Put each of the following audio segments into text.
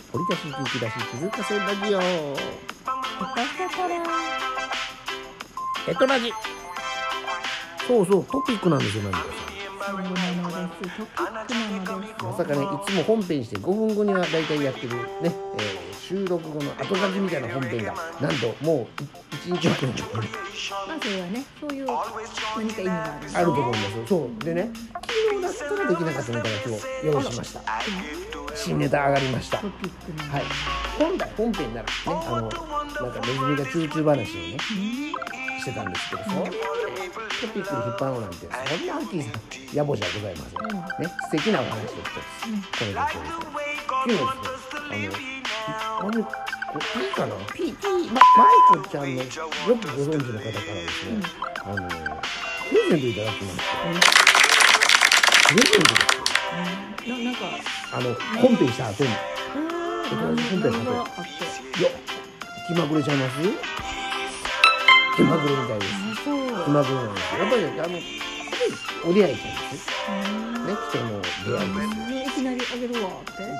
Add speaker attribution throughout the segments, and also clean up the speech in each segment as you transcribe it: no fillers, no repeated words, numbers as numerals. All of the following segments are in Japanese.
Speaker 1: 掘り出し聞き出し気づかせラジオヘトラジ。そうそう、トピックなんですよ。何か
Speaker 2: そうなのです。トピックなのです。
Speaker 1: まさかね、いつも本編して5分後には大体やってるね、収録後の後書きみたいな本編がなんともう1日遅れて
Speaker 2: まあそれはね、そういう何か意味があるんですね。
Speaker 1: あると思いますよ。そうでね、昨日だったらできなかったネタが今日用意しました。新ネタ上がりました。
Speaker 2: トピックなの。
Speaker 1: はい。本来本編ならね、なんかネズミがチューチュー話をねしてたんですけど、そんなねトピックに引っ張ろうなんてそんなアッキーさん野暮じゃございません。ね、素敵なお話を一つこの時ですね。昨日ですね、P かな P マイコちゃんのよくご存知の方からですね、プレゼントいただきまして、プレゼントですよ。
Speaker 2: なんか
Speaker 1: 本編した後に本編の後に
Speaker 2: あって、
Speaker 1: いや気まぐれちゃいます？気まぐれみたいです。気まぐれなんですよ。やっぱりね、お出会いちゃうんですね、人の出会いですよ。
Speaker 2: いきなりあげるわって。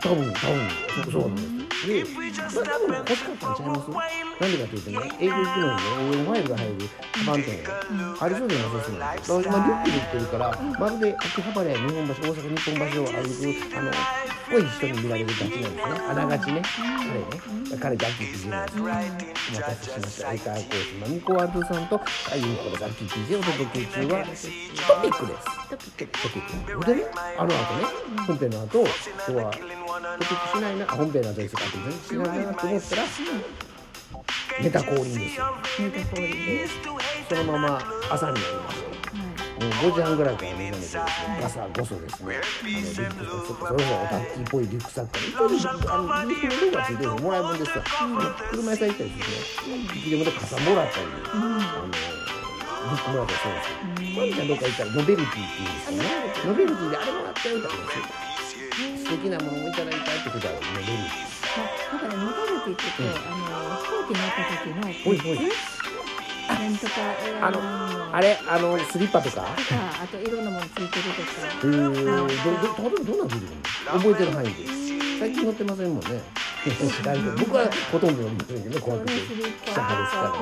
Speaker 1: 多分そうなんですよ。で、多分欲しかったんちゃいます？なんでかというとね、営業行くのにね、応援ファイルが入るカバンってね、ありそうでなさそうなんですよ。今リュックで行ってるから、まるで秋葉原や日本橋、大阪日本橋を歩くすごい人に見られるガチなんですね。あながちね、彼とアッキー PJ なんですよ。お待たせしました。英会話講師マミコワールドさんとゆうこです。アッキー PJ お届け中はトピックです。トピックでね、後ね、本編の後、今日はトピックしないな、本編の後ですかって全然しないなと思ったら、ネタ降臨ですよ。
Speaker 2: ネタ降臨ね。
Speaker 1: そのまま朝になりました。もう5時半ぐらいから目覚めてですね、ガサゴソですね、リュックサック、それぞれオタッキーっぽいリュックサックに、リュックがついてるのもらいもんですよ。車屋さん行ったりですね、行きでもで傘もらったり、リュックもらったりするんですよ。これじゃどっか行ったらノベルティって言うんですよね。ノベルティであれもらったよみたいな素敵なものをいただいたってことはノベルティ。
Speaker 2: なんかね、ノベルティって言って、飛行機乗った時の
Speaker 1: ほいほい。
Speaker 2: なんとか
Speaker 1: あれスリッパとか。
Speaker 2: あといろんなものついてるとか。
Speaker 1: 例えばどんな風に覚えてる範囲で。最近乗ってませんもんね。僕はほとんど乗りませんけどね、怖くて。記者派ですから。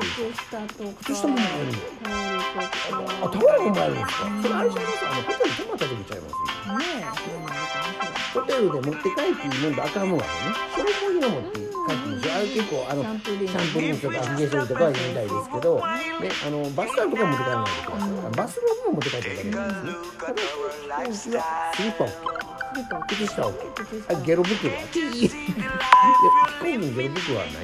Speaker 1: 靴下ももらえるの。タオルももらえるんですか。それあれちゃいます。ホテル泊まった時ちゃいます。
Speaker 2: ねえ、そうなんですね。
Speaker 1: ホテルで持って帰っていいもんであかんもんあるね。それもいいの持って帰っていいんですよ。あれ結構シャンプーリンスとかヒゲ剃りとかは言いたいですけど、ね、バスタオルとか持って帰らないでください。バスローブも持って帰ってるだけなんですね。スリッパ OK、靴下 OK、ゲロ袋は飛行機にゲロ袋はないん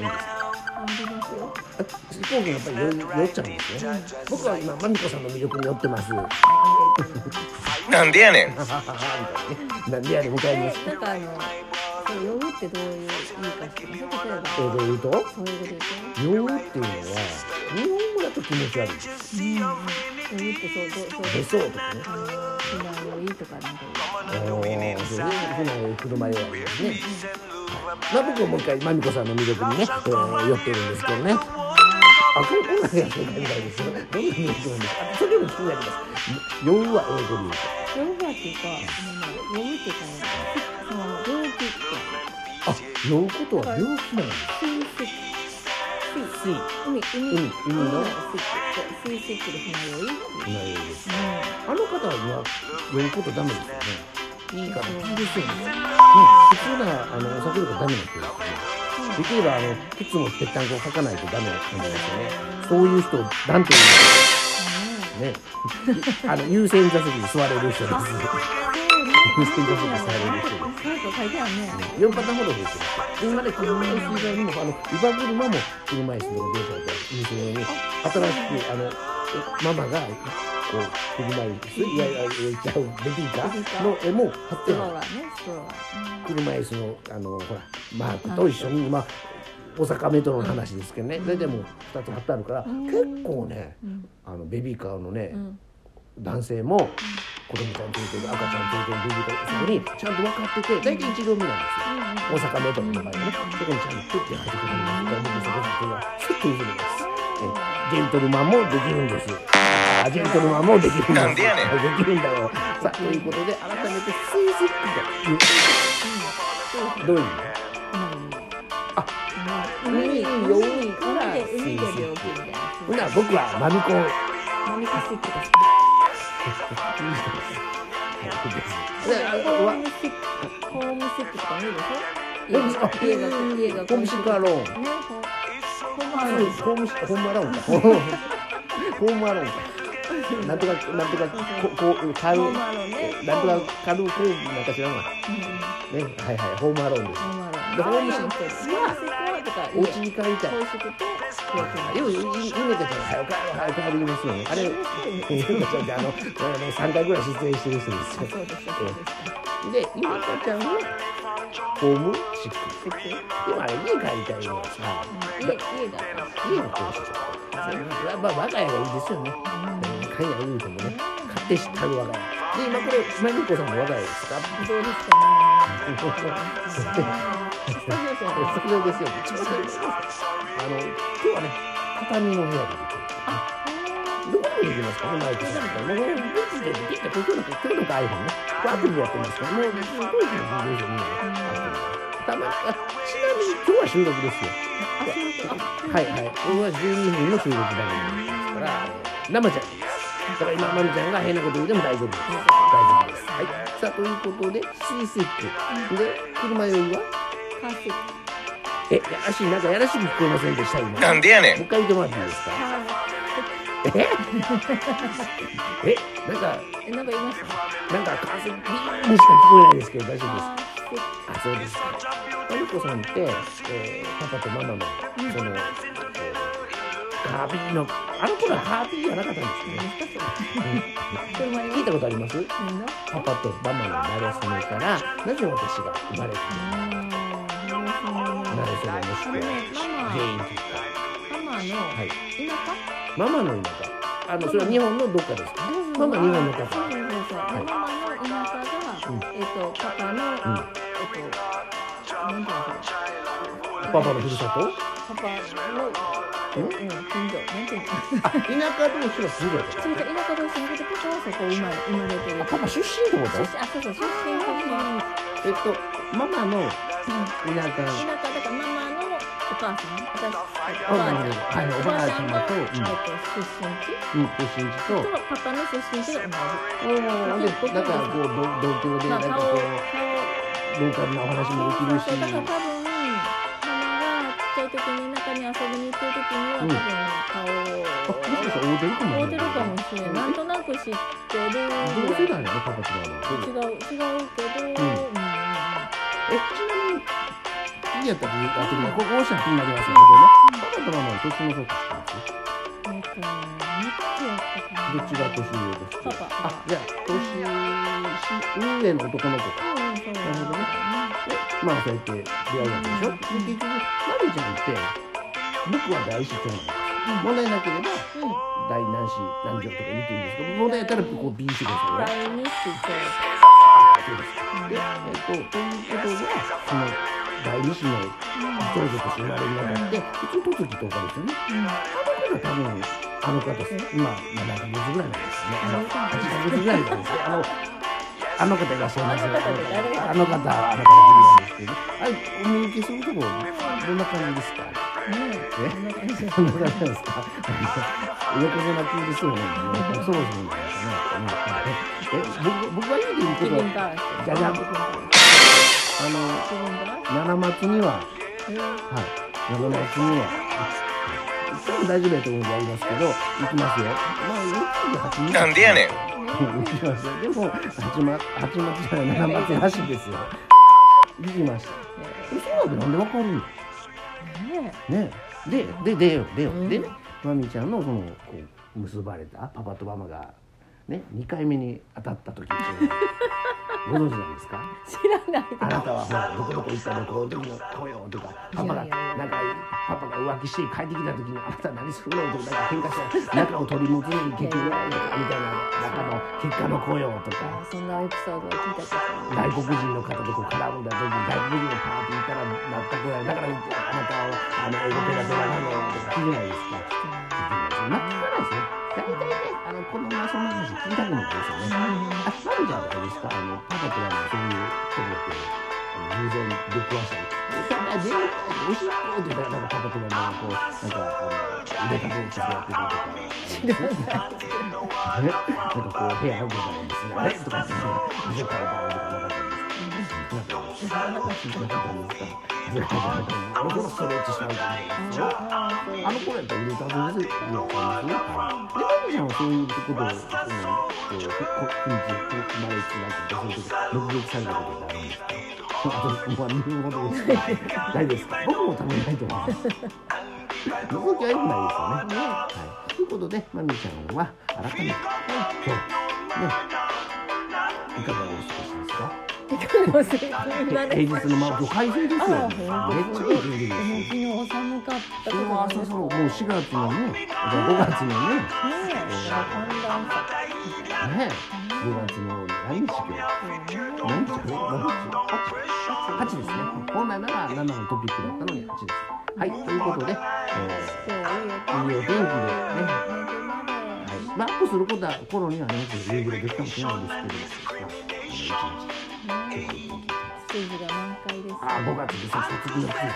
Speaker 1: ですか？飛行機やっぱり酔っちゃうんですね。僕は今マミコさんの魅力に酔ってます。
Speaker 3: なんでやねん。
Speaker 1: なんでやねん、迎えます。
Speaker 2: なんかそう酔うってどういう意味かしてます？例えば
Speaker 1: 英語で言うと、
Speaker 2: そういうこと言うと、
Speaker 1: 酔うっていうのは日本語だと気持ち悪いです。
Speaker 2: 酔うってそう
Speaker 1: 出そうとかね。
Speaker 2: 船酔いとかなんか
Speaker 1: 船酔い車酔いですね。まあ僕はもう一回マミコさんの魅力にね、酔ってるんですけどね。これ音楽やってるみたいですよ。どんな魅力なんですか？それより気になります。酔うは英語で言うと。
Speaker 2: 酔うっていうか、酔うっていうかその病気って。
Speaker 1: 酔うことは病気なんです。海の
Speaker 2: 水石で船酔い。
Speaker 1: 船酔いです。あの方は酔うことダメですよね。いいからいいですよね。普通なお酒とかダメな人ですよね。できれば靴もぺったんこを履かないとダメな感じですよね。そういう人をなんて言うんですかね。優先座席に座れる人です。優先座席に座れる人です。4パターンほど増えてます。今まで車椅子以外にも乳母車も車椅子の電車だったりするように、新しくママがこう車椅子置いちゃうベビーカーの絵も貼ってある。車椅子のほらマークと一緒に今大阪メトロの話ですけどね、大体もう2つ貼ってあるから、結構ねベビーカーのね男性も子供ちゃん連れてる赤ちゃん連れてるベビーカーそこにちゃんと分かってて、大体1両目なんですよ。大阪メトロの場合はね、そこにちゃんと手を入ってくれますから、僕そこに手がスッと譲ります。ジェントルマンもできるんです。ジェントルマンもできるんです。
Speaker 3: なんでやねん。
Speaker 1: できるんだよ。さあということで改めて水石というどういう意味？ 僕はマミコ。
Speaker 2: マミコシックです。ホームシックとか見るでしょ。家が
Speaker 1: ホームシックアローン。
Speaker 2: ね、ホームアローン。
Speaker 1: ホームアローンか。ホームアローンか。なんとかこう軽なんとか軽こうなんか知らんわ。ね、はいはい、ホームアローンです。でホームシックはお家に帰りたい。ようゆめかちゃんが早く帰りますよね。あれゆめかちゃんって3回ぐらい出演してる人ですよ。でゆめかちゃんはホームシック。でもあれ家帰りたいのはさ、家がこうしてまあ我が家がいいですよね。海外言うてもね、勝手知ったる我が家。で今これマミコさんも我が家ですか？
Speaker 2: どうですかね。
Speaker 1: スタジオですよ。今日はね、畳の部屋でできる。どこでもできますかね、マイクさん。もうこれ今日なんか iPhone ね、アプリでやってますから、もう当時の文章みんなね、ちなみに今日は収録ですよ。はいはい。これは12分の収録番組ですから、生ちゃんです。だから今、まみちゃんが変なこと言うても大丈夫です。大丈夫です。はい。さあ、ということで、シースイック。で、車酔いは
Speaker 2: カーシック。
Speaker 1: やらしい、なんかやらしく聞こえませんでした、今。
Speaker 3: なんでやねん。
Speaker 1: もう一回言ってもらっていいですか？なんか
Speaker 2: 言いました。
Speaker 1: なんかカーセットビーンにしか聞こえないですけど、大丈夫ですか？あ、そうですか。マリコさんって、パパとママの、その、カービィの、あの頃はカービィじゃなかったんですよね。聞いたことあります？パパとママの馴れ初めから、なぜ私が生まれたのか。馴れ初めもしくは、原因というか。ママの田舎？それは日本のどっかですか？ママ日本の方。
Speaker 2: ママの田舎が、パパの、なんていうの？
Speaker 1: パパのふるさと？
Speaker 2: パパの近所、なんていうの？
Speaker 1: 田舎同士の近所。
Speaker 2: それから田舎同士のこと、パパはそこ生まれてる。
Speaker 1: パパ出身ってこと？
Speaker 2: そうそう、出身。
Speaker 1: ママの田舎。
Speaker 2: だからママのお母さん、
Speaker 1: おばあちゃまと
Speaker 2: 出身地とパパの出身地が同じ。
Speaker 1: だからこう同居でなんかこうローカルなお話もできるし。
Speaker 2: だから多分ママがちっちゃい時に中に遊びに行ってる時には多分顔を
Speaker 1: 会うてるかもしれない。
Speaker 2: なんとなく知ってる。
Speaker 1: 同世代ね、パパとママ。
Speaker 2: 違うけど。
Speaker 1: ちなみにいいやったらここ押したら気になりますよね。パパとママの年の差って知ってます？どっちが年上ですか？
Speaker 2: パパ。
Speaker 1: じゃあ年上の男の子か。なるほどね。まあそうやって出会うわけでしょ。結局マリちゃんって僕は第一長なんです。問題なければ第何子何女とか言っていいんですけど、問題やったらこう B してくださいね。
Speaker 2: 第二子
Speaker 1: そうです。で、ということはその第二子の長女として生まれる中で普通戸次とかですよね。多分あの方ですね。今7ヶ月ぐらいなんですね。8ヶ月ぐらいなんですね。あの方いらっしゃいます。あの方なんですけど、お見受けするところどんな感じですか？そんな感じですか？横綱級ですよね。そろそろなんですね。僕が言うてることはじゃじゃん。七松には、七松には大丈夫やと思うんでありますけど、行きますよ。まあ
Speaker 3: なんでやねん。
Speaker 1: 行きますよ。でも八松じゃない七松らしいですよ。行きました。そうなんでなんでわかるの？ねえ。でマミちゃんのそのこう結ばれたパパとママがね2回目に当たった時っていうのはご存知なんですか？
Speaker 2: 知らない。
Speaker 1: あなたはほらどこどこ行ったのこの時の来よとかパパが浮気して帰ってきた時にあなた何するのとか喧嘩して仲を取り持つのに結局みたいな結果の来よとか
Speaker 2: そんなエピソードを聞いたこと
Speaker 1: 外国人の方とこう絡んだ時に外国人のパーティー行ったら全くだからあなたを英語ペラペラなのとか聞いてないですか？聞いてないですよ。大体ねこのそんな話聞いたくないですよね。マミちゃんとかですか？パパとはそういうとこって偶然出くわしたり。 出るおしっこって言ったらなんかパパとかなんかこうなんか腕立て伏せやってるとかなんかこう部屋動かないんですねあれとかって後ろからバーンとかなかったんですかなんか聞いてなかったんですかあの頃ストレッチしたんじゃないですよあの頃やったら腕立て伏せやったんですよでタコちゃんはそういうことをマルチなんてそういうこと目撃されたことってあるんですかあと2分ほどですけど大丈夫ですか僕も食べないと思います覗きは良くないですよね、はい、ということでまみちゃんは改めて今日ねいかがお過ごしですか平日の今日快晴ですよねめっちゃいい天気です
Speaker 2: 昨日寒かった
Speaker 1: 昨日朝もう4月のね5月のね
Speaker 2: 寒暖差
Speaker 1: ね5月の何日今日何日8ですね本来なら7のトピックだったのに8ですはいということでいいお天気でねアップすることは頃にはね夕暮れできかもしれないですけど
Speaker 2: 数字が満開です。
Speaker 1: 5月でさ、卒業の季節ですね。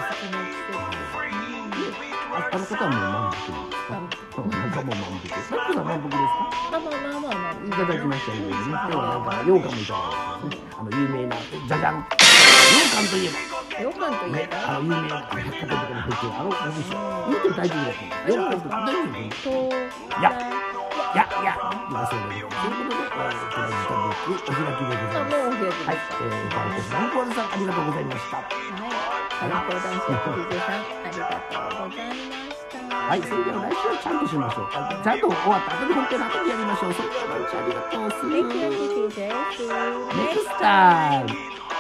Speaker 1: あの方はもう満腹なんですか？なんかもう満腹。マックさん満腹ですか？いただきましたよね。今日はなんか羊羹みたいな有名なじゃじゃん。羊羹といえば有名な百貨店とかに入ってるお店。言って大丈夫です。羊羹とか大丈夫です。いや、今そうです。ということで、お開きでございます。はい、バルコスランコールさんありがとうございました。
Speaker 2: はい、バルコー男子藤井さんありがとうございました。
Speaker 1: はい、それでは来週はちゃんとしましょう。ちゃんと終わった後に本編の後にやりましょう。それでは毎日ありがとう。See you
Speaker 2: Thank you, TJ. See you
Speaker 1: next time.